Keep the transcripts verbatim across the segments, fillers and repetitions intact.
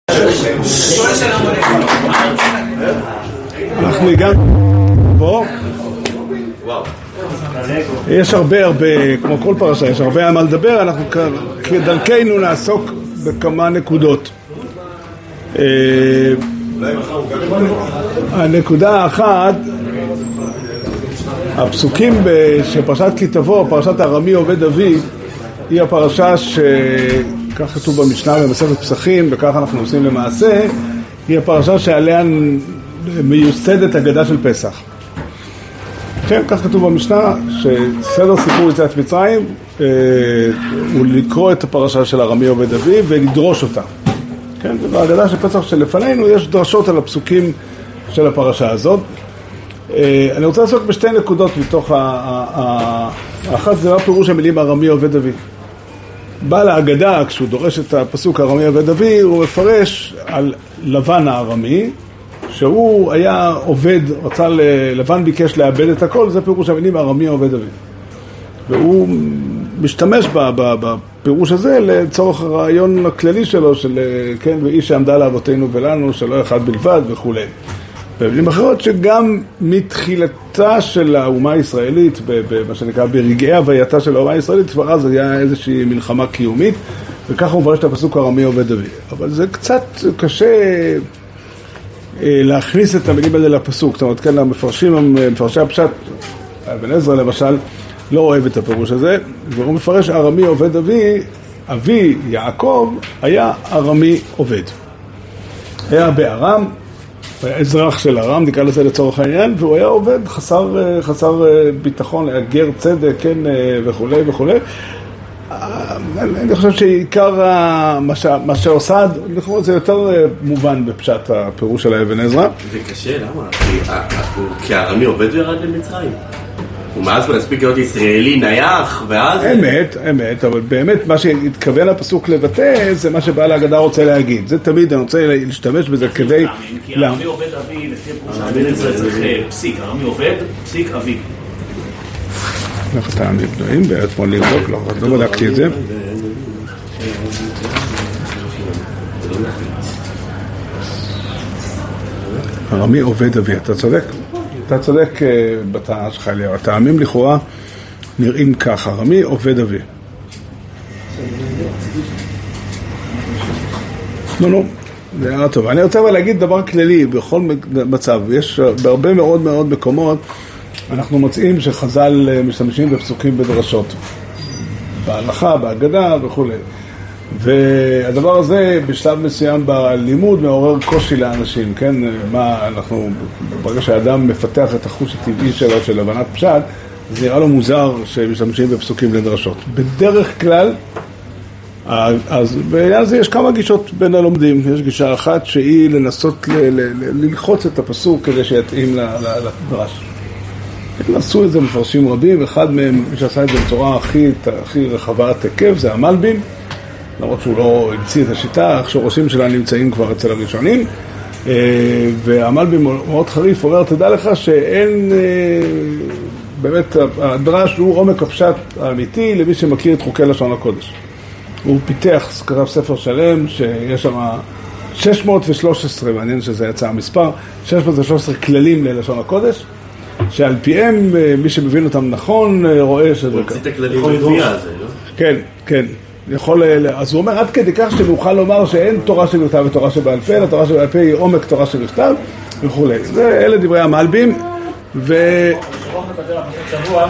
אנחנו הגענו פה, יש הרבה הרבה, כמו כל פרשה, יש הרבה על מה לדבר. אנחנו כדרכנו נעסוק בכמה נקודות. הנקודה האחת, הפסוקים של פרשת כי תבוא, פרשת ארמי עובד אבי, היא הפרשה שכך כתוב במשנה במסכת פסחים, וכך אנחנו עושים למעשה, היא הפרשה שעליה מיוסדת הגדה של פסח. כן, כך כתוב במשנה, שסדר סיפור יציאת מצרים אה, הוא לקרוא את הפרשה של ארמי עובד אבי ולדרוש אותה. כן, בהגדה של פסח שלפנינו יש דרשות על הפסוקים של הפרשה הזאת. אה, אני רוצה לעסוק בשתי נקודות מתוך ה... ה... האחת זה לא פירוש המילים ארמי עובד אבי. בעל ההגדה, כשהוא דורש את הפסוק ארמי עובד אבי, הוא מפרש על לבן הארמי, שהוא היה עובד, רצה, לבן ביקש לאבד את הכל, זה פירוש המילים ארמי עובד אבי. והוא משתמש בפירוש הזה לצורך הרעיון הכללי שלו, של כן, ואיש שעמדה לאבותינו ולנו, שלא אחד בלבד וכו'. במילים אחרות שגם מתחילתה של האומה הישראלית, במה שנקרא ברגעי הווייתה של האומה הישראלית, כבר אז היה איזושהי מלחמה קיומית, וככה הוא מפרש את הפסוק ארמי עובד אבי. אבל זה קצת קשה להכניס את המילים האלה לפסוק. זאת אומרת, כן, המפרשים, מפרשי הפשט, אבן עזרא למשל, לא אוהב את הפירוש הזה, והוא מפרש ארמי עובד אבי, אבי יעקב היה ארמי עובד. היה בארם, היה אזרח של ארם, נקרא לזה לצורך העניין, והוא היה עובד חסר, חסר ביטחון, היה גר צדק, כן, וכו' וכו'. אני חושב שעיקר מה שעושה, זה יותר מובן בפשט הפירוש של אבן עזרא. זה קשה, למה? כי הארמי עובד וירד למצרים. ומאז הוא הספיק להיות ישראלי נייח, ואז... אמת, אמת, אבל באמת מה שהתכוון הפסוק לבטא, זה מה שבעל ההגדה רוצה להגיד. זה תמיד אני רוצה להשתמש בזה כדי... כי הארמי עובד אבי, לפי פרוש אבן עזרא צריך פסיק, הארמי עובד, פסיק אבי. איך אתה בנויים? בעצמו לבדוק, לא בדקתי את זה. ארמי עובד אבי, אתה צודק? אתה צודק בטענה שלך, הטעמים לכאורה נראים ככה, ארמי עובד אבי. נו נו, זה היה טוב. אני רוצה אבל להגיד דבר כללי בכל מצב. יש בהרבה מאוד מאוד מקומות אנחנו מוצאים שחז"ל משתמשים בפסוקים בדרשות, בהלכה, בהגדה וכו'. והדבר הזה בשלב מסוים בלימוד מעורר קושי לאנשים, כן? מה אנחנו, ברגע שהאדם מפתח את החוש הטבעי שלו של הבנת פשט, זה נראה לו מוזר שמשתמשים בפסוקים לדרשות. בדרך כלל, אז בעניין הזה יש כמה גישות בין הלומדים. יש גישה אחת שהיא לנסות ל- ל- ל- ללחוץ את הפסוק כדי שיתאים לדרש. עשו את זה מפרשים רבים, אחד מהם שעשה את זה בצורה הכי, הכי רחבה תקף, זה המלבים, למרות שהוא לא המציא את השיטה, השורשים שלה נמצאים כבר אצל הראשונים, והמלבים מאוד חריף, אומר, תדע לך שאין, באמת, הדרש הוא עומק הפשט האמיתי למי שמכיר את חוקי לשון הקודש. הוא פיתח, כתב ספר שלם, שיש שם שש מאות ושלוש עשרה, מעניין שזה יצא המספר, שש מאות ושלוש עשרה כללים ללשון הקודש, שעל פיהם, מי שמבין אותם נכון, רואה שזה... הוא הוציא את הכללים בגבייה הזה, לא? כן, כן. יכול, אז הוא אומר, עד כדי כך שנוכל לומר שאין תורה שבכתב ותורה שבעל פה, התורה שבעל פה היא עומק תורה שבכתב, וכו'. זה, אלה דברי המלבים, ו... שרוך מקודם הפרשת שבוע,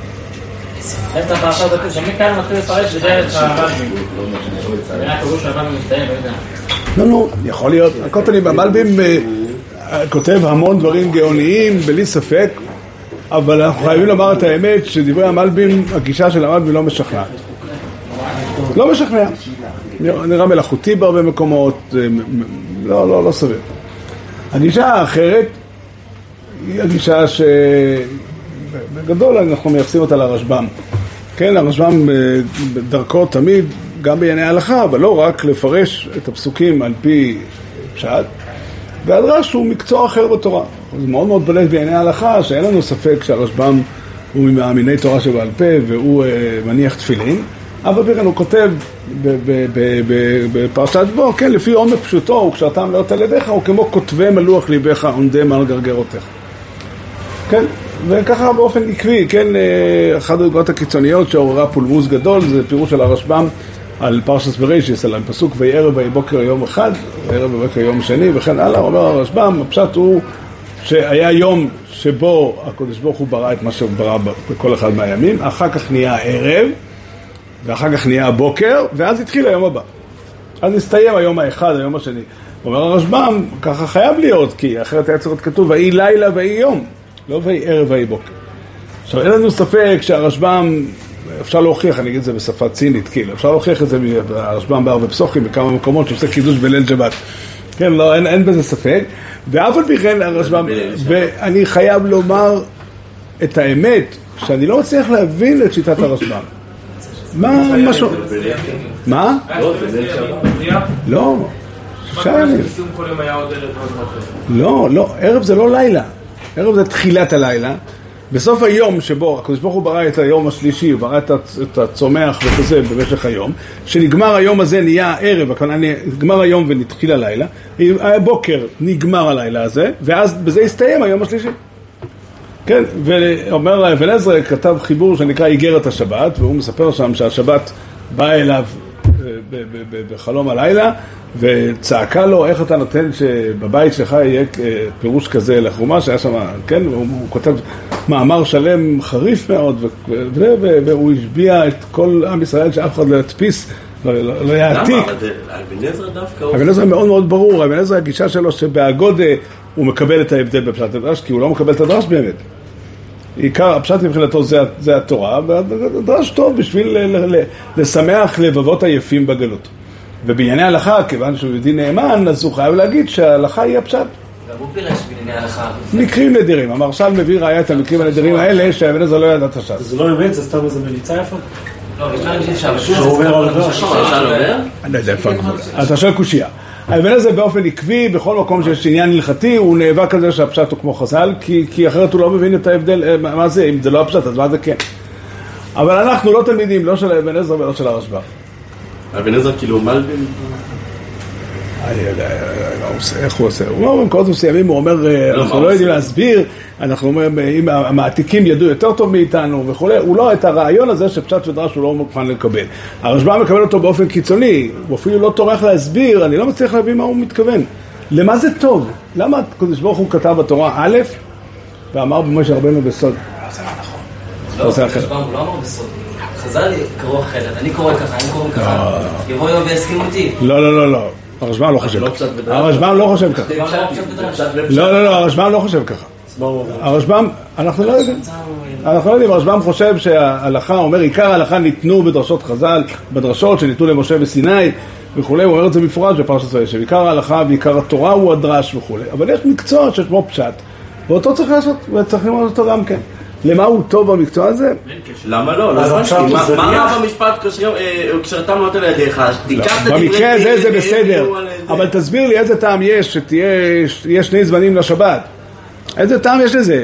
איפה הפרשת בתי, שמי כאן מתחיל לפרש בדרך המלבים? זה היה פירוש שהמלבים מסתיים, לא יודע. לא, לא, יכול להיות. הקוטנים, המלבים כותב המון דברים גאוניים, בלי ספק, אבל אנחנו חייבים לומר את האמת, שדברי המלבים, הגישה של המלבים לא משכנעת. לא משכנע. נראה מלאכותי בהרבה מקומות, לא, לא, לא סביר. הגישה האחרת היא הגישה שבגדול אנחנו מייחסים אותה לרשב"ם. כן, הרשב"ם בדרכו תמיד, גם בענייני ההלכה, אבל לא רק לפרש את הפסוקים על פי פשט, והדרש הוא מקצוע אחר בתורה. זה מאוד מאוד בולט בענייני ההלכה, שאין לנו ספק שהרשב"ם הוא ממאמיני תורה שבעל פה, והוא מניח תפילין, אף על פי כן הוא כותב בפרשת בו, כן, לפי עומק פשוטו, וכשאתם לא על ידיך, הוא כמו כותבי מלוח ליבך, עונדם על גרגרותיך. כן, וככה באופן עקבי, כן, אחת הדוגמאות הקיצוניות שעוררה פולמוס גדול, זה פירוש של הרשב"ם על פרשת בראשית, על הפסוק ויערב ויהי בוקר יום אחד, ויערב ויהי בוקר יום שני, וכן הלאה. אומר הרשב"ם, הפשט הוא שהיה יום שבו הקדוש ברוך הוא ברא את מה שהוא ברא בכל אחד מהימים, אחר כך נהיה הערב, ואחר כך נהיה הבוקר, ואז התחיל היום הבא. אז הסתיים היום האחד, היום השני. אומר הרשב"ם, ככה חייב להיות, כי אחרת היה צריך להיות כתוב, ויהי לילה ויהי יום, לא ויהי ערב ויהי בוקר. עכשיו, אין לנו ספק שהרשב"ם, אפשר להוכיח, אני אגיד את זה בשפה צינית, כאילו, אפשר להוכיח את זה מהרשב"ם בהר ופסוחים, בכמה מקומות שעושה קידוש בליל שבת. כן, לא, אין, אין בזה ספק. ואף על פי כן הרשב"ם, ואני חייב לומר את האמת, שאני לא מצליח להבין את שיטת הרשב"ם. מה, משהו? מה? לא, שיילים. לא, לא, ערב זה לא לילה. ערב זה תחילת הלילה. בסוף היום שבו הקדוש ברוך הוא ברא את היום השלישי, הוא ברא את הצומח וכזה במשך היום, שנגמר היום הזה נהיה ערב, נגמר היום ונתחיל הלילה, הבוקר נגמר הלילה הזה, ואז בזה הסתיים היום השלישי. כן, ואומר אבן עזרא, כתב חיבור שנקרא איגרת השבת, והוא מספר שם שהשבת באה אליו בחלום הלילה, וצעקה לו, איך אתה נותן שבבית שלך יהיה פירוש כזה לחומה, שהיה שם, כן, הוא כותב מאמר שלם חריף מאוד, והוא השביע את כל עם ישראל שאף אחד לא יתפיס, לא יעתיק. למה? אבן עזרא דווקא... אבן עזרא מאוד מאוד ברור, אבן עזרא הגישה שלו שבהגודה הוא מקבל את ההבדל בפשט הדרש, כי הוא לא מקבל את הדרש באמת. עיקר הפשט מבחינתו זה, זה התורה, והדרש טוב בשביל לשמח לבבות היפים בגלות. ובענייני ההלכה, כיוון שהוא יהודי נאמן, אז הוא חייב להגיד שההלכה היא הפשט. גם הוא פירש בענייני ההלכה. מקרים נדירים. המרשל מביא ראיה את המקרים הנדירים האלה, שאבן עזרא לא ידע את הש"ס. זה לא אמת, זה סתם איזה מליצה יפה? לא, אפשר להגיד שם. שהוא אומר על הדרש. אני לא יודע איפה הגבול. אתה שואל קושייה. האבן הזה באופן עקבי, בכל מקום שיש עניין הלכתי, הוא נאבק על זה שהפשט הוא כמו חז"ל, כי, כי אחרת הוא לא מבין את ההבדל, מה זה, אם זה לא הפשט, אז מה זה כן. אבל אנחנו לא תלמידים, לא של האבן עזרא ולא של הרשב"ם. אבן עזרא כאילו מלבין? אני יודע, איך הוא עושה? הוא אומר, במקומות מסוימים, הוא אומר, אנחנו לא יודעים להסביר, אנחנו אומרים, אם המעתיקים ידעו יותר טוב מאיתנו וכו', הוא לא, את הרעיון הזה שפשט ודרש הוא לא מוכן לקבל. הרשב"ם מקבל אותו באופן קיצוני, הוא אפילו לא טורח להסביר, אני לא מצליח להבין מה הוא מתכוון. למה זה טוב? למה הקדוש ברוך הוא כתב בתורה א' ואמר במשה רבנו בסוד? זה לא נכון. לא, הרשב"ם הוא לא אמר בסוד. חז"ל קראו אחרת, אני קורא ככה, אני קורא ככה. יבוא יום ויסכים אותי. לא, לא, לא, לא. הרשב"ם לא חושב ככה. הרשב"ם לא חושב ככה. לא, לא, לא, הרשב"ם לא חושב ככה. הרשב"ם, אנחנו לא יודעים. אנחנו לא יודעים, הרשב"ם חושב שההלכה, אומר, עיקר ההלכה ניתנו בדרשות חז"ל, בדרשות שניתנו למשה בסיני וכו', הוא אומר את זה מפורש בפרשת וישב. עיקר ההלכה ועיקר התורה הוא הדרש וכו'. אבל יש מקצוע ששמו פשט, ואותו צריך לעשות, וצריך ללמוד אותו גם כן. למה הוא טוב במקצוע הזה? למה לא? מה רב המשפט כשאתה נותן לידיך? במקרה הזה זה בסדר, אבל תסביר לי איזה טעם יש שתהיה שני זמנים לשבת. איזה טעם יש לזה?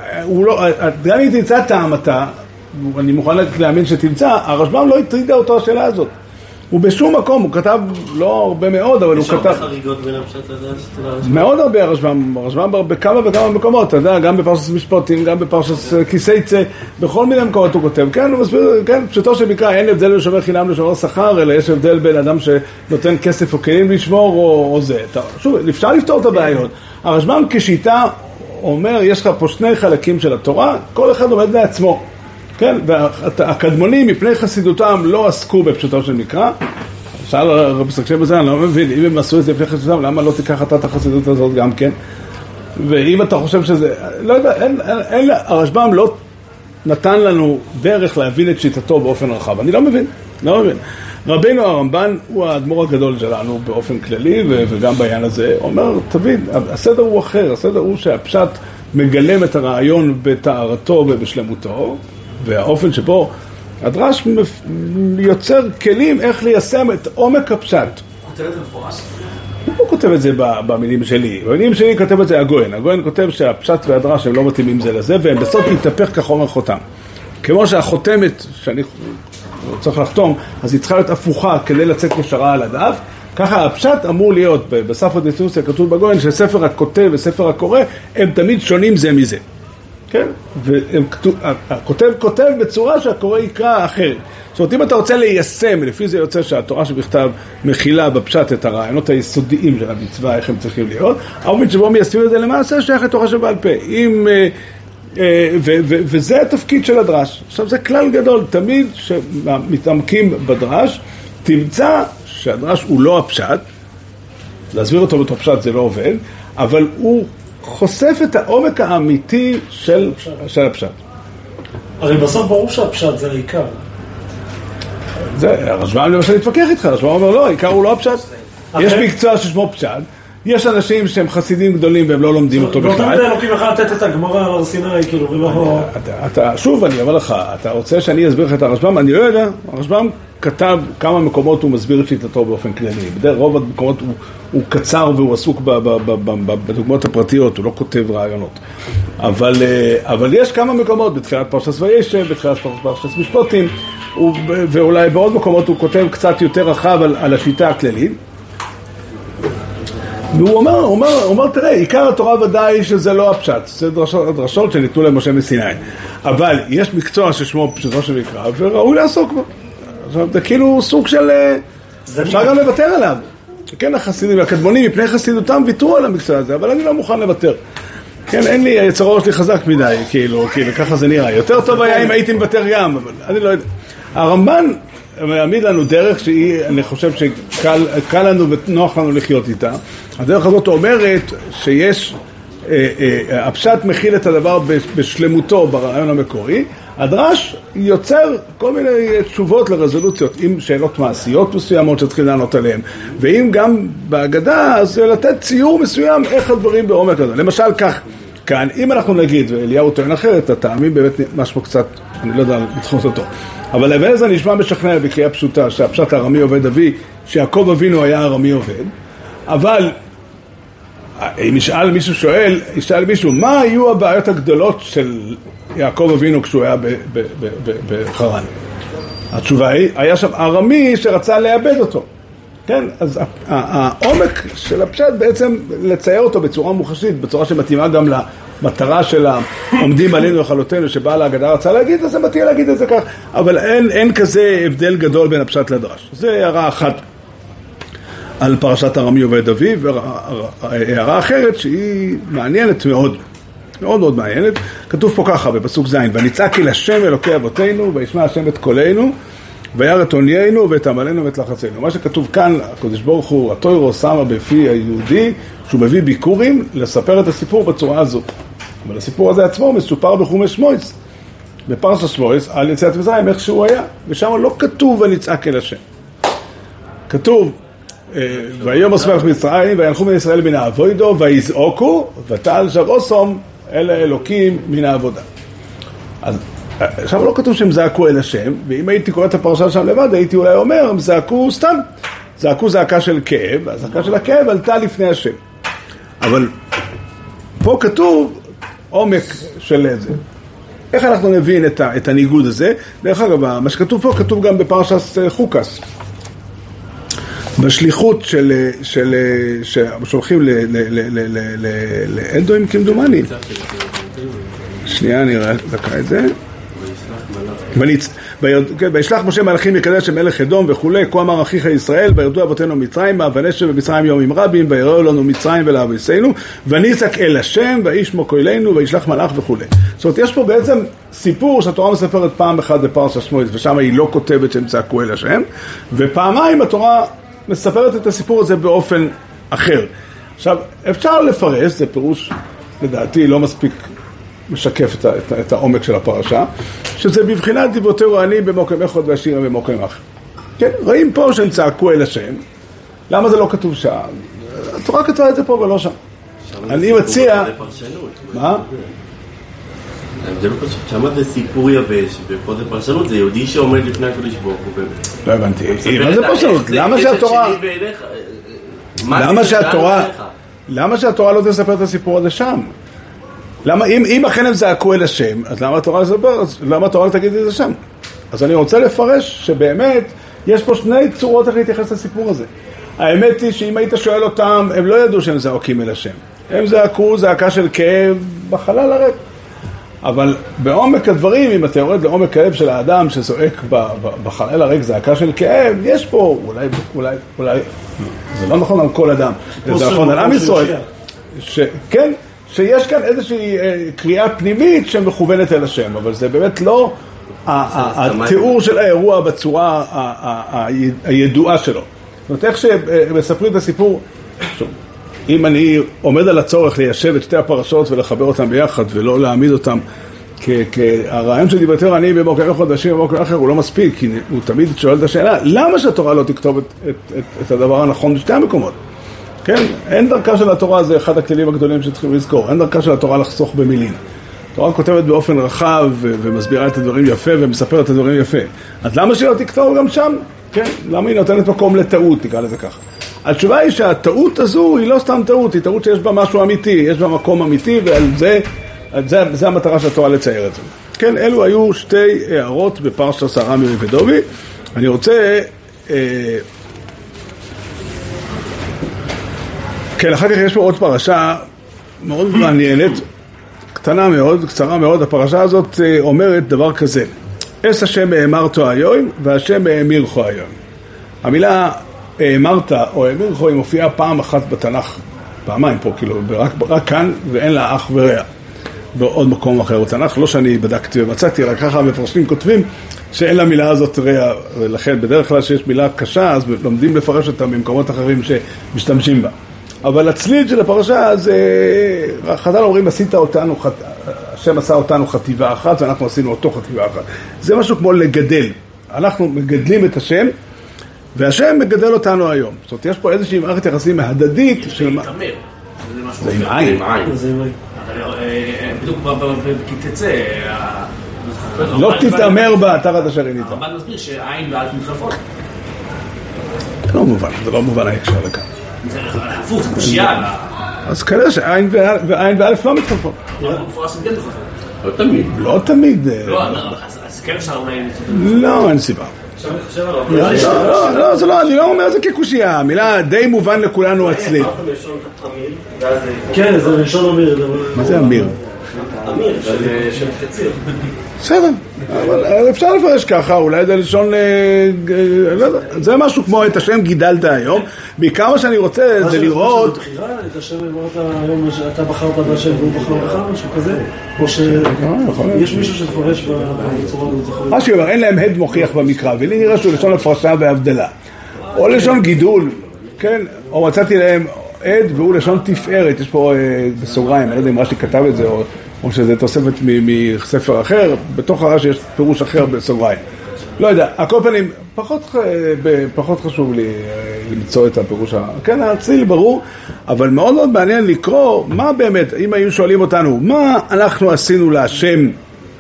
גם אם תמצא טעם אתה, אני מוכן להאמין שתמצא, הרשב"ם לא הטרידה אותו השאלה הזאת. הוא בשום מקום, הוא כתב לא הרבה מאוד, אבל הוא כתב... יש הרבה חריגות בין הפשט לדרש? מאוד הרבה הרשב"ם, הרשב"ם בכמה וכמה מקומות, אתה יודע, גם בפרשת משפטים, גם בפרשת כיסייצה, בכל מיני מקומות הוא כותב. כן, הוא מסביר, כן, פשוטו שבקרא, אין הבדל לשומר חינם לשומר שכר, אלא יש הבדל בין אדם שנותן כסף או כלים לשמור או, או זה. שוב, אפשר לפתור את הבעיות. הרשב"ם כשיטה אומר, יש לך פה שני חלקים של התורה, כל אחד עומד לעצמו. כן, והקדמונים מפני חסידותם לא עסקו בפשוטו של מקרא. שאל רבי סקשי בזה, אני לא מבין, אם הם עשו את זה לפני חסידותם, למה לא תיקח אתה את החסידות הזאת גם כן? ואם אתה חושב שזה, לא יודע, אין, אין, אין, הרשב"ם לא נתן לנו דרך להבין את שיטתו באופן רחב. אני לא מבין, לא מבין. רבינו הרמב"ן הוא האדמו"ר הגדול שלנו באופן כללי, וגם בעניין הזה, אומר, תבין, הסדר הוא אחר, הסדר הוא שהפשט מגלם את הרעיון בתארתו ובשלמותו, והאופן שבו הדרש יוצר כלים איך ליישם את עומק הפשט. הוא כותב את זה מפורש? הוא כותב את זה במילים שלי. במילים שלי כותב את זה הגויין. הגויין כותב שהפשט והדרש הם לא מתאימים זה לזה, והם בסוף להתהפך כחומר חותם. כמו שהחותמת, שאני הוא צריך לחתום, אז היא צריכה להיות הפוכה כדי לצאת ישרה על הדף. ככה הפשט אמור להיות, בספר דיסטינוסיה כתוב בגויין, שספר הכותב וספר הקורא הם תמיד שונים זה מזה. כן? והכותב כותב בצורה שהקורא יקרא אחרת. זאת אומרת, אם אתה רוצה ליישם, לפי זה יוצא שהתורה שבכתב מכילה בפשט את הרעיונות היסודיים של המצווה, איך הם צריכים להיות, האופן שבו מיישמים את זה למעשה שייך לתורה שבעל פה. אם, ו, ו, וזה התפקיד של הדרש. עכשיו, זה כלל גדול, תמיד שמתעמקים בדרש, תמצא שהדרש הוא לא הפשט, להסביר אותו בתור פשט זה לא עובד, אבל הוא חושף את העומק האמיתי של, של הפשט. הרי בסוף ברור שהפשט זה העיקר. זה, הרשב"ם למשל להתווכח איתך, הרשב"ם אומר לא, העיקר הוא לא הפשט. יש מקצוע ששמו פשט, יש אנשים שהם חסידים גדולים והם לא לומדים אותו בכלל. באותה מידה אלוקים יכולה לתת את הגמרא על הר סיני, כאילו, ולא... שוב, אני אומר לך, אתה רוצה שאני אסביר לך את הרשב"ם? אני לא יודע, הרשב"ם כתב כמה מקומות הוא מסביר את שיטתו באופן כללי. בדרך רוב המקומות הוא, הוא קצר והוא עסוק בדוגמאות הפרטיות, הוא לא כותב רעיונות. אבל, אבל יש כמה מקומות, בתחילת פרשת וישב, בתחילת פרשת משפטים, ואולי בעוד מקומות הוא כותב קצת יותר רחב על, על השיטה הכללית. והוא אומר, הוא אומר, הוא אומר, תראה, עיקר התורה ודאי שזה לא הפשט, זה דרשות, דרשות שניתנו למשה מסיני. אבל יש מקצוע ששמו פשטו שנקרא, וראוי לעסוק בו. עכשיו, זה כאילו סוג של... אפשר גם לוותר עליו. כן, החסידים, הקדמונים, מפני חסידותם ויתרו על המקצוע הזה, אבל אני לא מוכן לוותר. כן, אין לי, היצרו שלי חזק מדי, כאילו, כאילו, ככה זה נראה. יותר טוב היה אם הייתי מוותר גם, אבל אני לא יודע. הרמב"ן מעמיד לנו דרך שהיא, אני חושב שקל קל לנו ונוח לנו לחיות איתה. הדרך הזאת אומרת שיש, אה, אה, הפשט מכיל את הדבר בשלמותו ברעיון המקורי, הדרש יוצר כל מיני תשובות לרזולוציות, עם שאלות מעשיות מסוימות שצריכים לענות עליהן, ואם גם בהגדה, אז לתת ציור מסוים איך הדברים בעומק הזה. למשל כך, כאן, אם אנחנו נגיד, ואליהו טוען אחרת, הטעמים באמת משהו קצת, אני לא יודע לדחות אותו, אבל לבן זה נשמע משכנע בקריאה פשוטה, שהפשט הארמי עובד אבי, שיעקב אבינו היה ארמי עובד, אבל אם ישאל מישהו שואל, ישאל מישהו, מה היו הבעיות הגדולות של יעקב אבינו כשהוא היה בחרן? התשובה היא, היה שם ארמי שרצה לאבד אותו. כן, אז העומק של הפשט בעצם לצייר אותו בצורה מוחשית, בצורה שמתאימה גם למטרה של העומדים עלינו לכלותנו, שבאה להגדה רצה להגיד, אז זה מתאים להגיד את זה כך, אבל אין, אין כזה הבדל גדול בין הפשט לדרש. זה הערה אחת על פרשת ארמי עובד אבי, והערה אחרת שהיא מעניינת מאוד, מאוד מאוד מעניינת. כתוב פה ככה בפסוק ז', ונצעק אל השם אלוקי אבותינו, וישמע השם את קולנו, וירא את עוניינו ואת עמלנו ואת לחצנו. מה שכתוב כאן, הקדוש ברוך הוא, התוירו שמה בפי היהודי, שהוא מביא ביקורים לספר את הסיפור בצורה הזו. אבל הסיפור הזה עצמו מסופר בחומש שמועס, בפרשת שמועס, על יציאת מצרים, איך שהוא היה. ושם לא כתוב ונצעק אל השם. כתוב, ויום אסמך מצרים, וילכו מן ישראל מן העבודו, ויזעוקו, ותעל שבוסום אל האלוקים מן העבודה. אז עכשיו לא כתוב שהם זעקו אל השם, ואם הייתי קורא את הפרשה שם לבד, הייתי אולי אומר, הם זעקו סתם. זעקו זעקה של כאב, והזעקה של הכאב עלתה לפני השם. אבל פה כתוב עומק של זה. איך אנחנו נבין את, ה, את הניגוד הזה? דרך אגב, מה שכתוב פה כתוב גם בפרשת חוקס. בשליחות של, של, ששולחים לאדומים כמדומני. שנייה, אני אקרא את זה. וישלח משה מלאכים מקדש מלך אדום וכולי, כה אמר אחיך ישראל, וירדו אבותינו מצרימה, ונשב במצרים יומים רבים, ויראו לנו מצרים ולאבותינו, ונצעק אל השם, וישמע קולנו, וישלח מלאך וכולי. זאת אומרת, יש פה בעצם סיפור שהתורה מספרת פעם אחת בפרשת שמועס, ושם היא לא כותבת שהם צעקו אל השם, ופעמיים התורה מספרת את הסיפור הזה באופן אחר. עכשיו, אפשר לפרש, זה פירוש לדעתי לא מספיק משקף את, את, את העומק של הפרשה, שזה בבחינת דיבותירו אני במוקם אחד והשירה במוקם אחר. כן, רואים פה שהם צעקו אל השם. למה זה לא כתוב שם? התורה כתבה את זה פה ולא שם. אני מציע... מה? שם זה סיפור יבש, ופה זה פרשנות, זה יהודי שעומד לפני הקדוש ברוך הוא. לא הבנתי, מה זה פרשנות? למה שהתורה... למה שהתורה... למה שהתורה לא תספר את הסיפור הזה שם? למה, אם, אם אכן הם זעקו אל השם, אז למה התורה לספר, למה התורה לא תגיד את זה שם? אז אני רוצה לפרש שבאמת יש פה שני צורות איך להתייחס לסיפור הזה. האמת היא שאם היית שואל אותם, הם לא ידעו שהם זעוקים אל השם. הם זעקו זעקה של כאב בחלל הריק. אבל בעומק הדברים, אם אתה יורד לעומק כאב של האדם שזועק בחלל הריק זעקה של כאב, יש פה, אולי, אולי, אולי, זה לא נכון על כל אדם, זה נכון על עם ישראל, כן, שיש כאן איזושהי קריאה פנימית שמכוונת אל השם, אבל זה באמת לא התיאור של האירוע בצורה הידועה שלו. זאת אומרת, איך שמספרים את הסיפור, אם אני עומד על הצורך ליישב את שתי הפרשות ולחבר אותם ביחד ולא להעמיד אותם, כי הרעיון של דברי תורה, אני במוקר אחד ואשים במוקר אחר, הוא לא מספיק, כי הוא תמיד שואל את השאלה, למה שהתורה לא תכתוב את, את, את, את הדבר הנכון בשתי המקומות? כן? אין דרכה של התורה, זה אחד הכלים הגדולים שצריכים לזכור, אין דרכה של התורה לחסוך במילים. התורה כותבת באופן רחב ומסבירה את הדברים יפה ומספרת את הדברים יפה. אז למה שלא תכתוב גם שם? כן? למה היא נותנת מקום לטעות, תקרא לזה ככה? התשובה היא שהטעות הזו היא לא סתם טעות, היא טעות שיש בה משהו אמיתי, יש בה מקום אמיתי, ועל זה, זה, זה המטרה של התורה לצייר את זה. כן, אלו היו שתי הערות בפרשת ארמי ודובי. אני רוצה... אה, כן, אחר כך יש פה עוד פרשה מאוד מעניינת, קטנה מאוד, קצרה מאוד. הפרשה הזאת אומרת דבר כזה: אס השם האמרתו היום, והשם האמירכו היום. המילה האמרת או האמירכו היא מופיעה פעם אחת בתנ"ך, פעמיים פה, כאילו, רק, רק כאן, ואין לה אח ורע בעוד מקום אחר בתנ"ך. לא שאני בדקתי ומצאתי, רק ככה המפרשים כותבים שאין לה מילה הזאת רע, ולכן בדרך כלל שיש מילה קשה, אז לומדים לפרש אותה ממקומות אחרים שמשתמשים בה. אבל הצליל של הפרשה, זה, חז"ל אומרים, עשית אותנו, השם עשה אותנו חטיבה אחת, ואנחנו עשינו אותו חטיבה אחת. זה משהו כמו לגדל. אנחנו מגדלים את השם, והשם מגדל אותנו היום. זאת אומרת, יש פה איזושהי מערכת יחסים הדדית של... זה זה עם עין. זה עם עין. בדיוק תצא... לא תתאמר באתר עד אשר עינית. הרמב"ן מסביר שעין ואלף מתחלפות. זה לא מובן, זה לא מובן ההקשר לכאן. זה הפוך, זה קושייה. אז כנראה שעין ועין ואלף לא מתחלפות. מפורש כן מתחלפות. לא תמיד. לא תמיד. לא, אז כן אפשר אולי... לא, אין סיבה. לא, לא, זה לא, אני לא אומר את זה כקושייה. המילה די מובן לכולנו אצלי. כן, זה ראשון אמיר. מה זה אמיר? אמיר, של חציר. בסדר, אבל אפשר לפרש ככה, אולי זה לשון, זה משהו כמו את השם גידלת היום. בעיקר מה שאני רוצה זה לראות... זה בחירה, את השם אמרת היום, אתה בחרת בשם והוא בחר בך, משהו כזה? או שיש מישהו שפרש בצורה הזאת? מה שאומר, אין להם הד מוכיח במקרא, ולי נראה שהוא לשון הפרשה והבדלה. או לשון גידול, כן? או מצאתי להם עד והוא לשון תפארת. יש פה בסוגריים, אני לא יודע אם רש"י כתב את זה, או... או שזה תוספת מספר אחר, בתוך הרש"י יש פירוש אחר בסוגריים. לא יודע, הכל פנים, פחות, פחות חשוב לי למצוא את הפירוש, כן, הצליל ברור, אבל מאוד מאוד מעניין לקרוא מה באמת, אם היו שואלים אותנו, מה אנחנו עשינו להשם,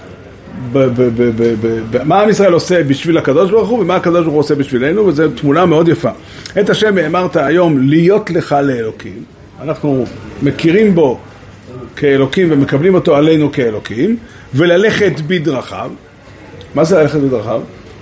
מה עם ישראל עושה בשביל הקדוש ברוך הוא, ומה הקדוש ברוך הוא עושה בשבילנו, וזו תמונה מאוד יפה. את השם אמרת היום להיות לך לאלוקים, אנחנו מכירים בו, כאלוקים ומקבלים אותו עלינו כאלוקים, וללכת בדרכיו. מה זה ללכת בדרכיו?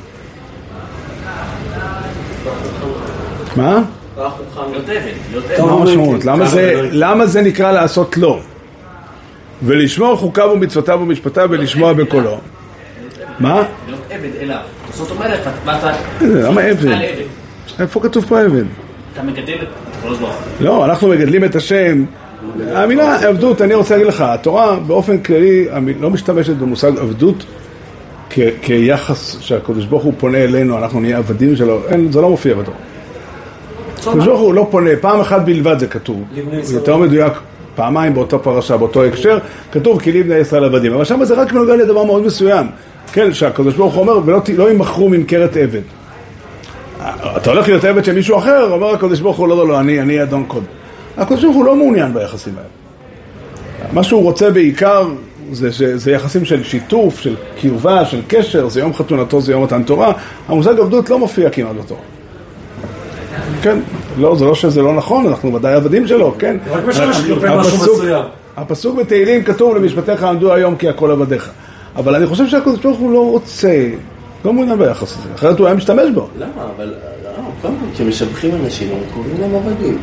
מה? מה המשמעות? למה זה נקרא לעשות לו? ולשמור חוקיו ומצוותיו ומשפטיו ולשמוע בקולו. מה? להיות עבד אליו. זאת אומרת, מה אתה... למה עבד? איפה כתוב פה עבד? אתה מגדל את... לא, אנחנו מגדלים את השם. המילה עבדות, אני רוצה להגיד לך, התורה באופן כללי לא משתמשת במושג עבדות כיחס שהקדוש ברוך הוא פונה אלינו, אנחנו נהיה עבדים שלו, אין, זה לא מופיע בתורה. הקדוש ברוך הוא לא פונה, פעם אחת בלבד זה כתוב, זה יותר מדויק, פעמיים באותה פרשה, באותו הקשר, כתוב כי לבני ישראל עבדים, אבל שם זה רק מנוגע לדבר מאוד מסוים, כן, שהקדוש ברוך הוא אומר, ולא לא ימכרו ממכרת עבד. אתה הולך להיות עבד של מישהו אחר, אומר הקדוש ברוך הוא, לא, לא, לא, אני, אני אדון קוד. הקדוש ברוך הוא לא מעוניין ביחסים האלה. מה שהוא רוצה בעיקר זה, זה, זה יחסים של שיתוף, של קרבה, של קשר, זה יום חתונתו, זה יום מתן תורה. המושג עבדות לא מופיע כמעט בתורה. כן, לא, זה לא שזה לא נכון, אנחנו ודאי עבדים שלו, כן. רק משמש כלפי משהו מסוים. הפסוק בתהילים כתוב למשפטיך עמדו היום כי הכל עבדיך. אבל אני חושב שהקדוש ברוך הוא לא רוצה, לא מעוניין ביחס הזה, אחרת הוא היה משתמש בו. למה? אבל לא, קודם כל, כשמשבחים אנשים, הם קוראים להם עבדים.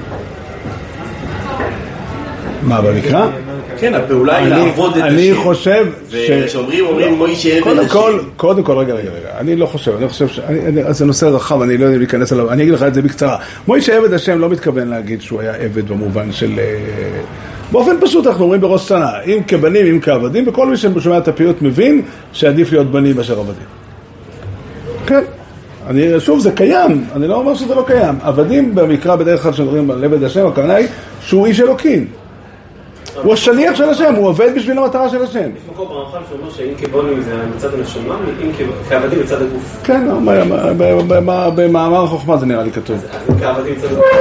מה, במקרא? כן, הפעולה היא לעבוד את השם. אני חושב ש... ושאומרים, אומרים, מוישה עבד קודם השם. כל, קודם כל, רגע, רגע, רגע, אני לא חושב, אני חושב ש... זה נושא רחב, אני לא יודע להיכנס אליו, אני אגיד לך את זה בקצרה. מוישה עבד השם לא מתכוון להגיד שהוא היה עבד במובן של... באופן פשוט אנחנו אומרים בראש שנה, אם כבנים, אם כעבדים, וכל מי ששומע את הפיוט מבין שעדיף להיות בנים מאשר עבדים. כן. אני, שוב, זה קיים, אני לא אומר שזה לא קיים. עבדים במקרא בדרך כלל שמדברים על עבד השם, הכוונה היא שהוא איש אלוקים. הוא השליח של השם, הוא עובד בשביל המטרה של השם. יש מקום ברמח"ל שאומר שאם כבונים זה מצד הנשמה, אם כעבדים מצד הגוף. כן, במאמר החוכמה זה נראה לי כתוב. אז כעבדים מצד הגוף.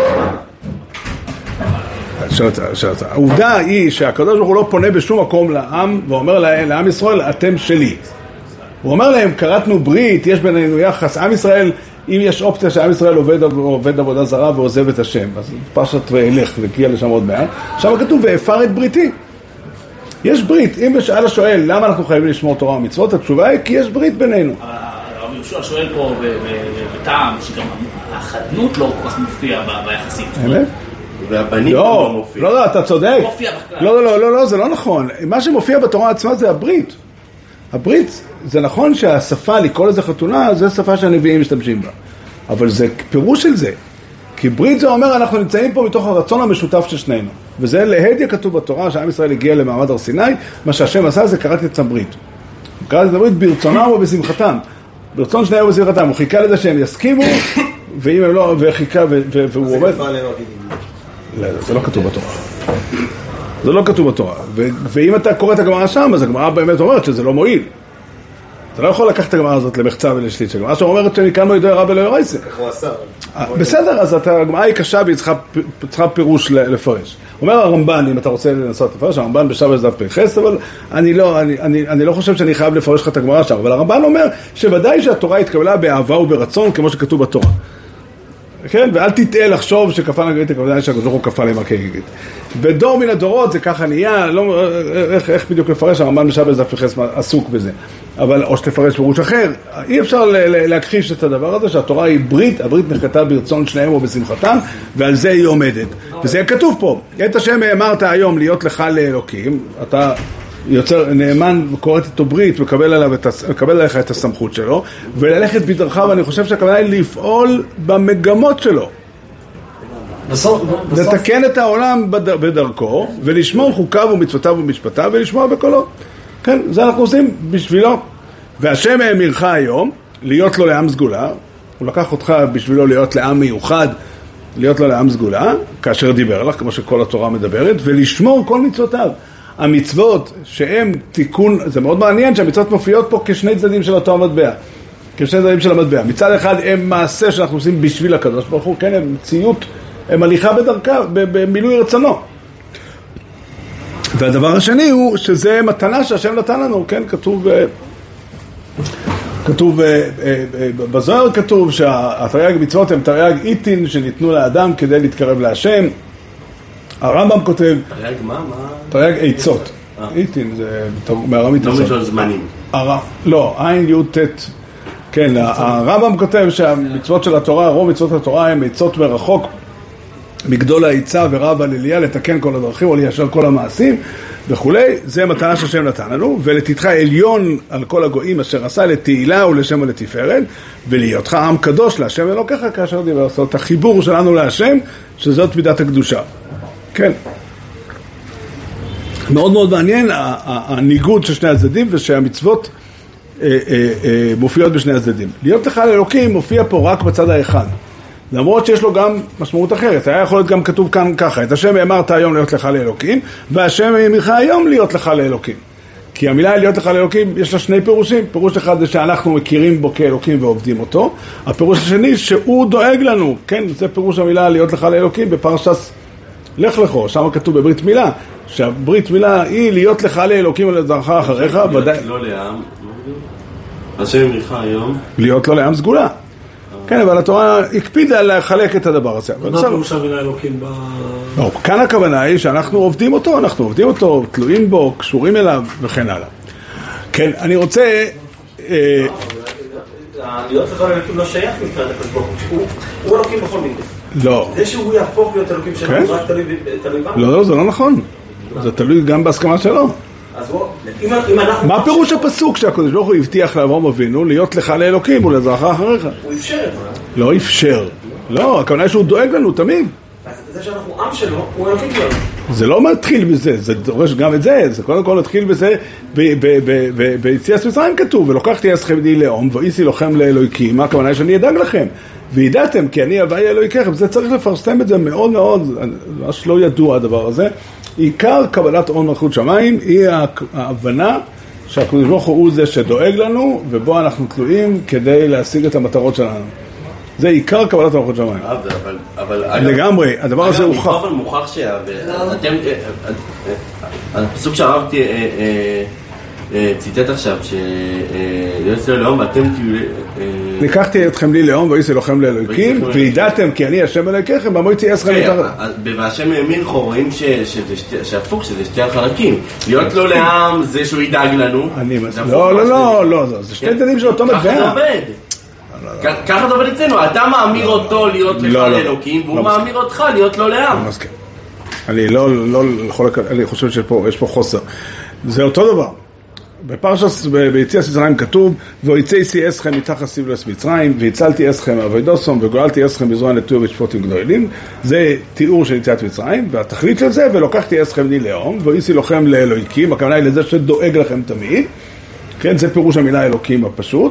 העובדה היא שהקדוש ברוך הוא לא פונה בשום מקום לעם ואומר לעם ישראל, אתם שלי. הוא אומר להם, קראתנו ברית, יש בינינו יחס. עם ישראל, אם יש אופציה שעם ישראל עובד, עובד עבודה זרה ועוזב את השם, אז פרשת וילך וגיע לשם עוד מעט. שם כתוב, ואפר את בריתי. יש ברית. אם בשאלה שואל, למה אנחנו חייבים לשמור תורה ומצוות? התשובה היא, כי יש ברית בינינו. הרב יהושע שואל פה בטעם, שגם החדנות לא כל כך מופיע ביחסים. אמת? והבנים לא, לא מופיע. לא, לא, אתה צודק. מופיע בכלל. לא, לא, לא, לא, זה לא נכון. מה שמופיע בתורה עצמה זה הברית. הברית, זה נכון שהשפה, לקרוא לזה חתונה, זה שפה שהנביאים משתמשים בה. אבל זה פירוש של זה. כי ברית זה אומר, אנחנו נמצאים פה מתוך הרצון המשותף של שנינו. וזה להדיה כתוב בתורה, שעם ישראל הגיע למעמד הר סיני, מה שהשם עשה זה קראתי את הברית. קראתי את הברית ברצונם ובשמחתם. ברצון שניהם ובשמחתם. הוא חיכה לזה שהם יסכימו, ואם הם לא, וחיכה, והוא עובד. זה לא כתוב בתורה. זה לא כתוב בתורה. ואם אתה קורא את הגמרא שם, אז הגמרא באמת אומרת שזה לא מועיל. אתה לא יכול לקחת את הגמרא הזאת למחצה ולשליט. הגמרא שאומרת שמכאן לא ידוע רע ולא ירייסה. איך הוא עשה? בסדר, אז הגמרא היא קשה והיא צריכה פירוש לפרש. אומר הרמב"ן, אם אתה רוצה לנסות לפרש, הרמב"ן בשבת דף פ"ח, אבל אני לא, אני, אני, אני לא חושב שאני חייב לפרש לך את הגמרא שם. אבל הרמב"ן אומר שוודאי שהתורה התקבלה באהבה וברצון, כמו שכתוב בתורה. כן? ואל תטעה לחשוב שכפה נגרית הכוונה שהקדוש הוא כפה למכה גגית. בדור מן הדורות זה ככה נהיה, לא, איך, איך בדיוק לפרש, הרמב"ן בשבת דף פ"ח עסוק בזה. אבל או שתפרש פירוש אחר, אי אפשר להכחיש את הדבר הזה שהתורה היא ברית, הברית נחתה ברצון שניהם או בשמחתם, ועל זה היא עומדת. וזה כתוב פה, את השם אמרת היום להיות לך לאלוקים, אתה יוצר נאמן וקוראת איתו ברית, מקבל עליו את, מקבל עליך את הסמכות שלו, וללכת בדרכיו, ואני חושב שהכוונה היא לפעול במגמות שלו. לתקן את העולם בדרכו, ולשמור חוקיו ומצוותיו ומשפטיו, ולשמוע בקולו. כן, זה אנחנו עושים בשבילו. והשם האמירך היום, להיות לו לעם סגולה, הוא לקח אותך בשבילו להיות לעם מיוחד, להיות לו לעם סגולה, כאשר דיבר לך, כמו שכל התורה מדברת, ולשמור כל מצוותיו. המצוות שהם תיקון, זה מאוד מעניין שהמצוות מופיעות פה כשני צדדים של אותו המטבע. כשני צדדים של המטבע. מצד אחד הם מעשה שאנחנו עושים בשביל הקדוש ברוך הוא, כן, הם ציות, הם הליכה בדרכה, במילוי רצונו. והדבר השני הוא שזה מתנה שהשם נתן לנו, כן, כתוב, כתוב, בזוהר כתוב שהתרי"ג מצוות הם תרי"ג עיטין שניתנו לאדם כדי להתקרב להשם. הרמב"ם כותב, תרי"ג מה? מה? תרי"ג עצות. עיטין זה מארמית. לא משל זמנים. לא, עין י' ט'. כן, הרמב"ם כותב שהמצוות של התורה, רוב מצוות התורה הם עצות מרחוק, מגדול העיצה ורב הליליה, לתקן כל הדרכים או ליישר כל המעשים וכולי. זה מתנה שהשם נתן לנו, ולתתך עליון על כל הגויים אשר עשה לתהילה ולשם ולתפארת, ולהיותך עם קדוש להשם אלוקיך כאשר דיבר. זאת אומרת, החיבור שלנו להשם, שזאת מידת הקדושה. כן. מאוד מאוד מעניין הניגוד של שני הצדדים, ושהמצוות אה, אה, אה, מופיעות בשני הצדדים. להיות לך לאלוקים מופיע פה רק בצד האחד. למרות שיש לו גם משמעות אחרת. היה יכול להיות גם כתוב כאן ככה, את השם אמרת היום להיות לך לאלוקים, והשם אמרך היום להיות לך לאלוקים. כי המילה להיות לך לאלוקים יש לה שני פירושים. פירוש אחד זה שאנחנו מכירים בו כאלוקים ועובדים אותו. הפירוש השני שהוא דואג לנו. כן, זה פירוש המילה להיות לך לאלוקים בפרשת לך לכו. שם כתוב בברית מילה, שהברית מילה היא להיות לך לאלוקים ולדרך אחריך. ודאי... לא לעם. השם אמרך היום. להיות לו לעם סגולה. כן, אבל התורה הקפידה לחלק את הדבר הזה. מה פירוש המילה אלוקים ב... לא, כאן הכוונה היא שאנחנו עובדים אותו, אנחנו עובדים אותו, תלויים בו, קשורים אליו וכן הלאה. כן, אני רוצה... להיות חזון אלוקים לא שייך מבחינת הקדוש ברוך הוא. הוא אלוקים בכל מיני. לא. זה שהוא יהפוך להיות אלוקים שלנו, רק תלוי בנו. לא, לא, זה לא נכון. זה תלוי גם בהסכמה שלו. אז בוא, אם אנחנו... מה פירוש הפסוק שהקדוש ברוך הוא הבטיח לאברהם אבינו להיות לך לאלוקים ולזרעך אחריך? הוא אפשר את זה. לא אפשר. לא, הכוונה שהוא דואג לנו תמיד. זה שאנחנו עם שלו, הוא אלוקים שלנו. זה לא מתחיל בזה, זה דורש גם את זה, זה קודם כל התחיל בזה, ביציאת מצרים כתוב, ולוקחתי אתכם בני לאום, ואיסי לוחם לאלוהיקים, מה הכוונה שאני אדאג לכם, וידעתם כי אני אביא אלוהיכם, זה צריך לפרסם את זה מאוד מאוד, ממש לא ידוע הדבר הזה, עיקר קבלת עול מלכות שמיים היא ההבנה שהקדוש ברוך הוא זה שדואג לנו, ובו אנחנו תלויים כדי להשיג את המטרות שלנו. זה עיקר קבלת מלכות שמיים. לגמרי, הדבר הזה הוכח. אבל מוכח שאתם, הפסוק שהרב ציטט עכשיו, שיועץ לאום ואתם תהיו... לקחתי אתכם לי לאום ואיסי לוחם לאלוהיקים, וידעתם כי אני השם אלוהיכם, במועצי אסכם יותר... והשם האמינכו רואים שהפוך, שזה שתי החלקים. להיות לו לעם זה שהוא ידאג לנו. לא, לא, לא, לא, זה שתי דנים של אותו מטבע. ככה זה עובד. ככה זה עובד אצלנו, אתה מאמיר אותו להיות לך לאלוקים, והוא מאמיר אותך להיות לו לעם. אני לא, לא יכול, אני חושב שיש פה חוסר. זה אותו דבר. בפרשת ביציאת מצרים כתוב, ויצא איסי אסכם מתחת סבלס מצרים, והצלתי אסכם אבוידוסום, וגוללתי אסכם בזרוע נטויה ושפוטים גדולים. זה תיאור של יציאת מצרים, והתכלית של זה, ולוקחתי אסכם לי לאום, ואיסי לוחם לאלוהיקים, הכוונה היא לזה שדואג לכם תמיד. כן, זה פירוש המילה אלוקים הפשוט,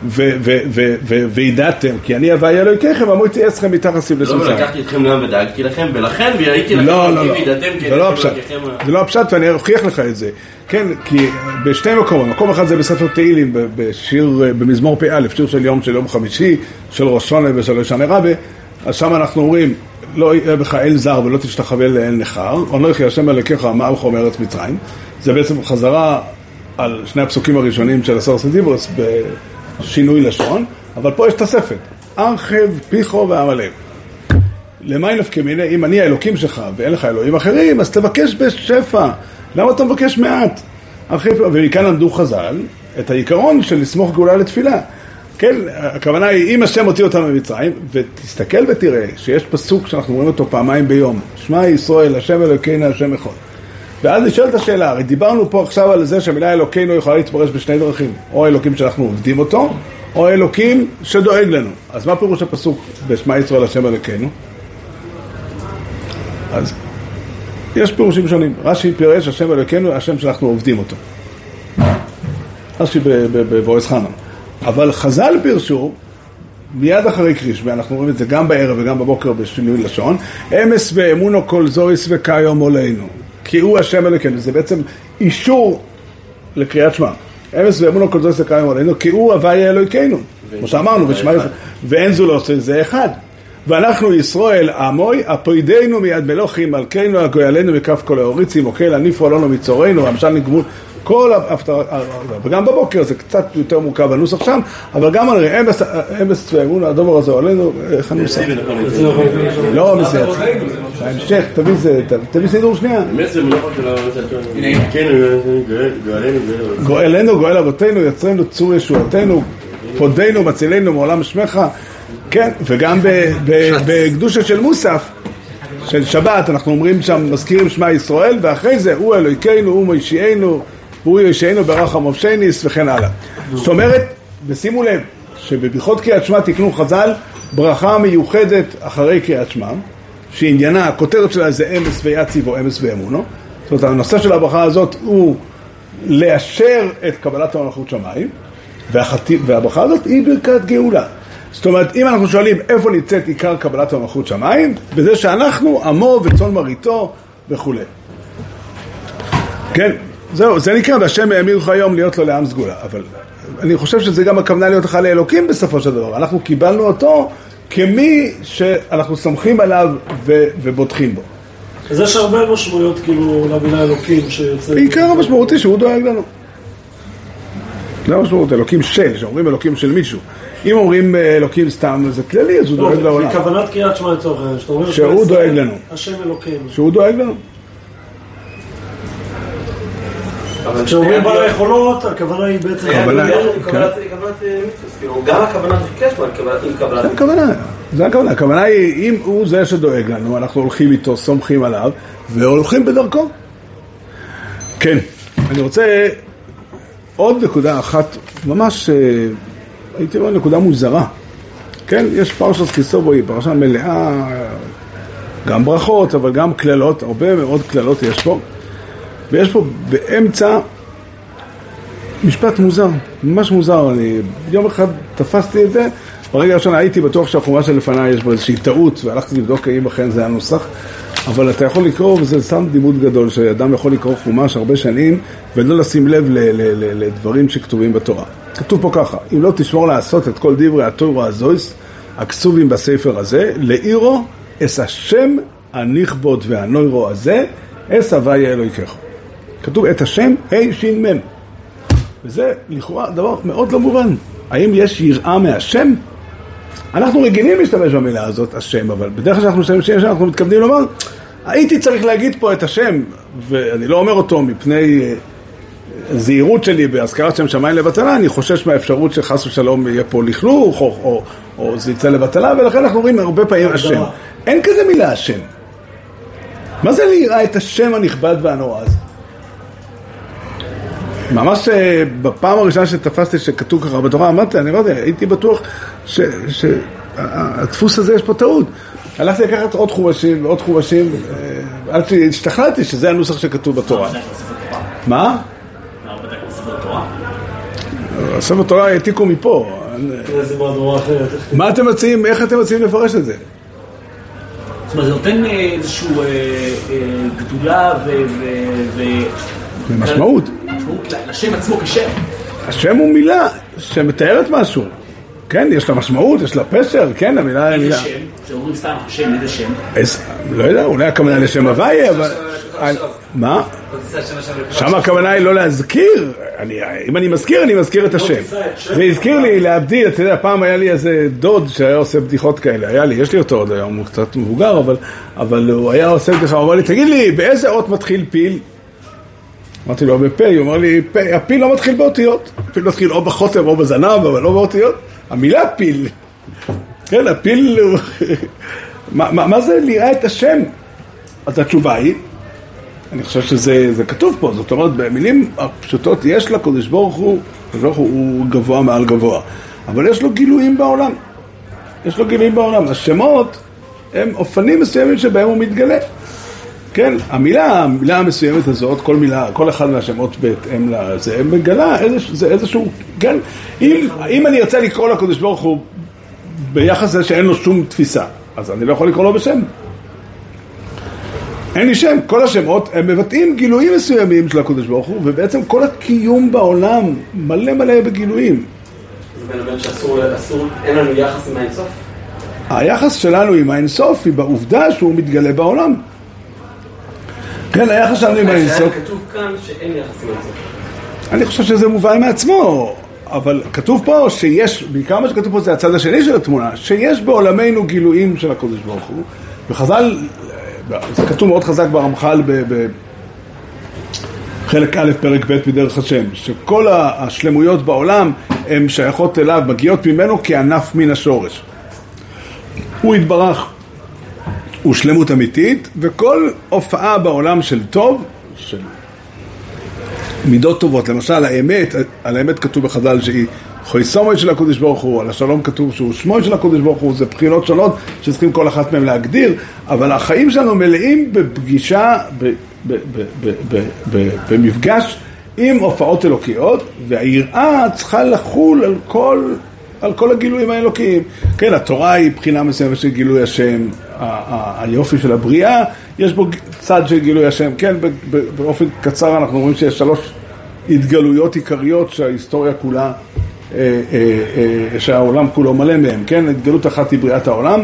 וידעתם, כי אני אביא אלוהיכם, ואמרתי אסכם מתחת סבלס מצרים. לא, ולקחתי אתכם לעם ודאגתי לכם, ולכן והייתי לכם וידעתם, כי זה לא הפשט, זה לא הפשט, ואני אוכיח לך את זה. כן, כי בשתי מקומות, מקום אחד זה בספר תהילים, בשיר, במזמור פ"א, שיר של יום של יום חמישי, של ראש שונה ושל שנה רבה, אז שם אנחנו אומרים, לא יהיה בך אל זר ולא תשתחווה לאל נחר, או לא יחי השם אלוקיך מעלך מארץ מצרים. זה בעצם חזרה על שני הפסוקים הראשונים של עשר סדיברוס בשינוי לשון, אבל פה יש תוספת, ארחב, פיחו ועמלק. למה נפקא מינה? אם אני האלוקים שלך ואין לך אלוהים אחרים, אז תבקש בשפע. למה אתה מבקש מעט? ומכאן למדו חז"ל את העיקרון של לסמוך גאולה לתפילה. כן, הכוונה היא, אם השם הוציא אותנו ממצרים, ותסתכל ותראה שיש פסוק שאנחנו רואים אותו פעמיים ביום, שמע ישראל, השם אלוקינו, השם אחד. ואז נשאלת השאלה, הרי דיברנו פה עכשיו על זה שהמילה אלוקינו יכולה להתפרש בשני דרכים, או אלוקים שאנחנו עובדים אותו, או אלוקים שדואג לנו. אז מה פירוש הפסוק בשמע ישראל, השם אלוקינו? אז יש פירושים שונים. רש"י פירש השם אלוקינו, השם שאנחנו עובדים אותו. רש"י בבועז חנן. אבל חז"ל פירשו, מיד אחרי קרישמי, אנחנו רואים את זה גם בערב וגם בבוקר בשינוי לשון, אמס ואמונו כל זויס וקיים עולנו. כי הוא השם אלוקינו. זה בעצם אישור לקריאת שמע. אמס ואמונו כל זויס וקיים עולנו, כי הוא הוויה אלוקינו. כמו שאמרנו, ואין זו לא עושה, זה אחד. ואנחנו ישראל עמוי, הפוידנו מיד מלוכים, מלכנו, הגויילנו מכף כל האוריצים, אוכל, הניפו עלינו מצורנו, המשל נגמול, כל ההפטרה, וגם בבוקר זה קצת יותר מורכב הנוסח שם, אבל גם על אמס ואמון, הדובר הזה עלינו, איך הנוסח? לא, מסייץ. ההמשך, תביא סידור שנייה. גואלנו, גואל אבותינו, יצרנו צור ישועתנו, פודנו, מצילנו מעולם שמך, כן, וגם בקדושה של מוסף, של שבת, אנחנו אומרים שם, מזכירים שמע ישראל, ואחרי זה, הוא אלוהינו, הוא מושיענו, הוא יושיענו ברחם מבשניס, וכן הלאה. זאת אומרת, ושימו לב, שבברכות קריאת שמע תקנו חז"ל, ברכה מיוחדת אחרי קריאת שמע, שעניינה, הכותרת שלה זה אמס ויציב או אמס ואמונו. זאת אומרת, הנושא של הברכה הזאת הוא לאשר את קבלת המלכות שמיים, והברכה הזאת היא ברכת גאולה. זאת אומרת, אם אנחנו שואלים איפה נמצאת עיקר קבלת המלכות שמיים, בזה שאנחנו עמו וצאן מרעיתו וכו'. כן, זהו, זה נקרא, והשם האמיר לך היום להיות לו לעם סגולה. אבל אני חושב שזה גם הכוונה להיות לך לאלוקים בסופו של דבר. אנחנו קיבלנו אותו כמי שאנחנו סומכים עליו ו- ובוטחים בו. אז יש הרבה משמעויות כאילו למילה אלוקים שיוצא... עיקר המשמעות היא שהוא דואג לנו. זה המשמעות, אלוקים של, שאומרים אלוקים של מישהו. אם אומרים אלוקים סתם, זה כללי, אז הוא דואג לעולם. מכוונת קריאת שמע לצורך, שאתה אומר שהוא דואג לנו. השם אלוקינו. שהוא דואג לנו. כשאומרים בעל היכולות, הכוונה היא בעצם... גם הכוונה תבקש בה, עם קבלת... זה הכוונה, זה הכוונה. הכוונה היא, אם הוא זה שדואג לנו, אנחנו הולכים איתו, סומכים עליו, והולכים בדרכו. כן, אני רוצה עוד נקודה אחת, ממש, הייתי אומר, נקודה מוזרה. כן, יש פרשת כי סוף בו, היא פרשה מלאה, גם ברכות, אבל גם כללות, הרבה מאוד כללות יש פה. ויש פה באמצע משפט מוזר, ממש מוזר. אני יום אחד תפסתי את זה, ברגע הראשון הייתי בטוח שהחומש שלפניי יש בו איזושהי טעות, והלכתי לבדוק האם אכן זה הנוסח, אבל אתה יכול לקרוא, וזה סתם דימות גדול, שאדם יכול לקרוא חומש הרבה שנים, ולא לשים לב ל- ל- ל- לדברים שכתובים בתורה. כתוב פה ככה, אם לא תשמור לעשות את כל דברי התורה הזויס, הכתובים בספר הזה, לעירו אס השם הנכבוד והנוירו הזה, אס הוויה אלוהיכך. כתוב את השם ה' שין מם. וזה לכאורה דבר מאוד לא מובן. האם יש יראה מהשם? אנחנו רגילים להשתמש במילה הזאת, השם, אבל בדרך כלל שאנחנו משתמשים השם, אנחנו מתכוונים לומר, הייתי צריך להגיד פה את השם, ואני לא אומר אותו מפני זהירות שלי בהזכרת שם שמיים לבטלה, אני חושש מהאפשרות שחס ושלום יהיה פה לכלוך, או, או, או זה יצא לבטלה, ולכן אנחנו אומרים הרבה פעמים השם. אין כזה מילה השם. מה זה ליראה את השם הנכבד והנורא הזה? ממש בפעם הראשונה שתפסתי שכתוב ככה בתורה, אמרתי, אני אמרתי, הייתי בטוח שהדפוס הזה יש פה טעות. הלכתי לקחת עוד חומשים ועוד חומשים, עד שהשתכנעתי שזה הנוסח שכתוב בתורה. מה? מה בדק בספר תורה? בספר תורה העתיקו מפה. זה מהדורה אחרת. מה אתם מציעים, איך אתם מציעים לפרש את זה? זאת אומרת, זה נותן איזושהי גדולה ו... במשמעות. משמעות לשם עצמו כשם. השם הוא מילה שמתארת משהו. כן, יש לה משמעות, יש לה פשר, כן, המילה... איזה שם? שאומרים סתם שם, איזה שם? לא יודע, אולי הכוונה לשם הוויה, אבל... מה? שם הכוונה היא לא להזכיר. אם אני מזכיר, אני מזכיר את השם. והזכיר לי להבדיל, אתה יודע, פעם היה לי איזה דוד שהיה עושה בדיחות כאלה. היה לי, יש לי אותו עוד היום, הוא קצת מבוגר, אבל הוא היה עושה בדיחה, הוא אמר לי, תגיד לי, באיזה אות מתחיל פיל? אמרתי לו, בפה, הוא אמר לי, הפיל לא מתחיל באותיות. הפיל מתחיל או בחוטם או בזנב, אבל לא באותיות. המילה פיל. כן, הפיל... מה זה לראה את השם? אז התשובה היא, אני חושב שזה כתוב פה, זאת אומרת, במילים הפשוטות, יש לקדוש ברוך הוא, הקדוש ברוך הוא גבוה מעל גבוה, אבל יש לו גילויים בעולם. יש לו גילויים בעולם. השמות הם אופנים מסוימים שבהם הוא מתגלה. כן, המילה, המילה המסוימת הזאת, כל מילה, כל אחד מהשמות בהתאם לזה, מגלה איזשהו, זה איזשהו, כן, אם, אם אני ארצה לקרוא לקדוש ברוך הוא ביחס לזה שאין לו שום תפיסה, אז אני לא יכול לקרוא לו בשם. אין לי שם, כל השמות הם מבטאים גילויים מסוימים של הקדוש ברוך הוא, ובעצם כל הקיום בעולם מלא מלא בגילויים. זה בנאמן שאסור, אסור, אין לנו יחס עם האינסוף? היחס שלנו עם האינסוף היא בעובדה שהוא מתגלה בעולם. כן, היחס שלנו עם האינסוף. כתוב כאן שאין יחס עם האינסוף. אני חושב שזה מובן מעצמו, אבל כתוב פה שיש, בעיקר מה שכתוב פה זה הצד השני של התמונה, שיש בעולמנו גילויים של הקדוש ברוך הוא, וחז"ל, זה כתוב מאוד חזק ברמח"ל בחלק א' פרק ב' בדרך השם, שכל השלמויות בעולם הן שייכות אליו, מגיעות ממנו כענף מן השורש. הוא התברך, הוא שלמות אמיתית, וכל הופעה בעולם של טוב, של מידות טובות, למשל האמת, על האמת כתוב בחז"ל שהיא חויסומוי של הקדוש ברוך הוא, על השלום כתוב שהוא שמוי של הקדוש ברוך הוא, זה בחינות שונות שצריכים כל אחת מהם להגדיר, אבל החיים שלנו מלאים בפגישה, במפגש עם הופעות אלוקיות, והיראה צריכה לחול על כל, על כל הגילויים האלוקיים. כן, התורה היא בחינה מסוימת של גילוי השם, היופי של הבריאה, יש בו צד של גילוי השם. כן, באופן קצר אנחנו רואים שיש שלוש התגלויות עיקריות שההיסטוריה כולה, שהעולם כולו מלא מהם. כן, התגלות אחת היא בריאת העולם,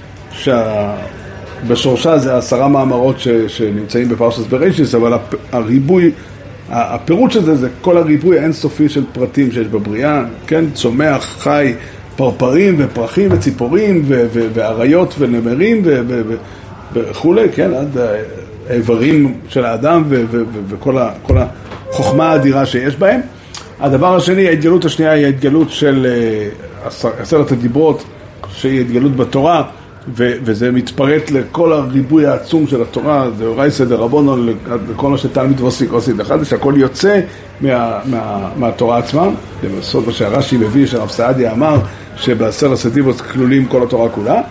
שבשורשה זה עשרה מאמרות שנמצאים בפרשת בראשית, אבל הריבוי, הפירוט של זה, זה כל הריבוי האינסופי של פרטים שיש בבריאה, כן, צומח, חי, פרפרים ופרחים וציפורים ואריות ונמרים וכו', כן, עד האיברים של האדם וכל החוכמה האדירה שיש בהם. הדבר השני, ההתגלות השנייה היא ההתגלות של עשרת הדיברות, שהיא התגלות בתורה, ו- וזה מתפרט לכל הריבוי העצום של התורה, זה רייסא דרבנן, לכל מה שתלמיד ועוסק עושה אחד, שהכל יוצא מה, מה, מהתורה עצמה. זה בסוד מה שהרש"י מביא, שהרב סעדיה אמר, שבעשרת הדיברות כלולים כל התורה כולה.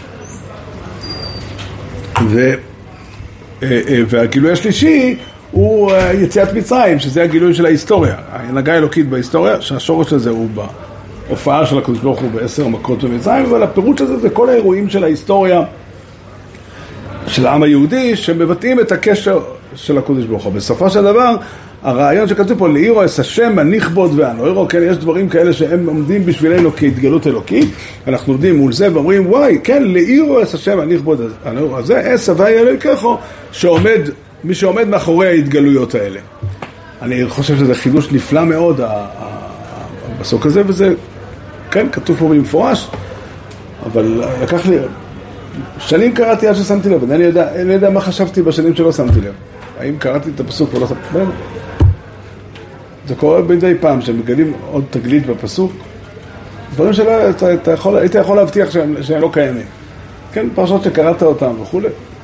ו- והגילוי השלישי הוא יציאת מצרים, שזה הגילוי של ההיסטוריה, ההנהגה האלוקית בהיסטוריה, שהשורש הזה הוא בהופעה של הקדוש ברוך הוא בעשר מכות במצרים, אבל הפירוט הזה זה כל האירועים של ההיסטוריה של העם היהודי, שמבטאים את הקשר של הקדוש ברוך הוא. בסופו של דבר, הרעיון שכתוב פה, לאירו אס השם הנכבוד והנוירו, כן, יש דברים כאלה שהם עומדים בשבילנו כהתגלות אלוקית, אנחנו עומדים מול זה ואומרים, וואי, כן, לאירו אס השם הנכבוד והנוירו, זה אס הווי אלוהיכךו, שעומד, מי שעומד מאחורי ההתגלויות האלה. אני חושב שזה חידוש נפלא מאוד, הפסוק הזה, וזה, כן, כתוב פה במפורש, אבל לקח לי, שנים קראתי עד ששמתי לב, אני יודע, אני יודע מה חשבתי בשנים שלא שמתי לב. האם קראתי את הפסוק ולא שמתי לב? זה קורה בידי פעם, שמגלים עוד תגלית בפסוק, דברים שלא, אתה, אתה יכול, היית יכול להבטיח שהם, שהם לא קיימים. כן, פרשות שקראת אותם וכו'.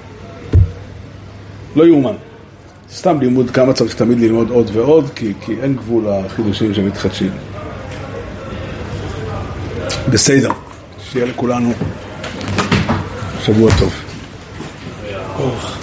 לא יאומן. סתם לימוד כמה צריך תמיד ללמוד עוד ועוד, כי, כי אין גבול לחידושים שמתחדשים. בסדר. שיהיה לכולנו שבוע טוב. אורך.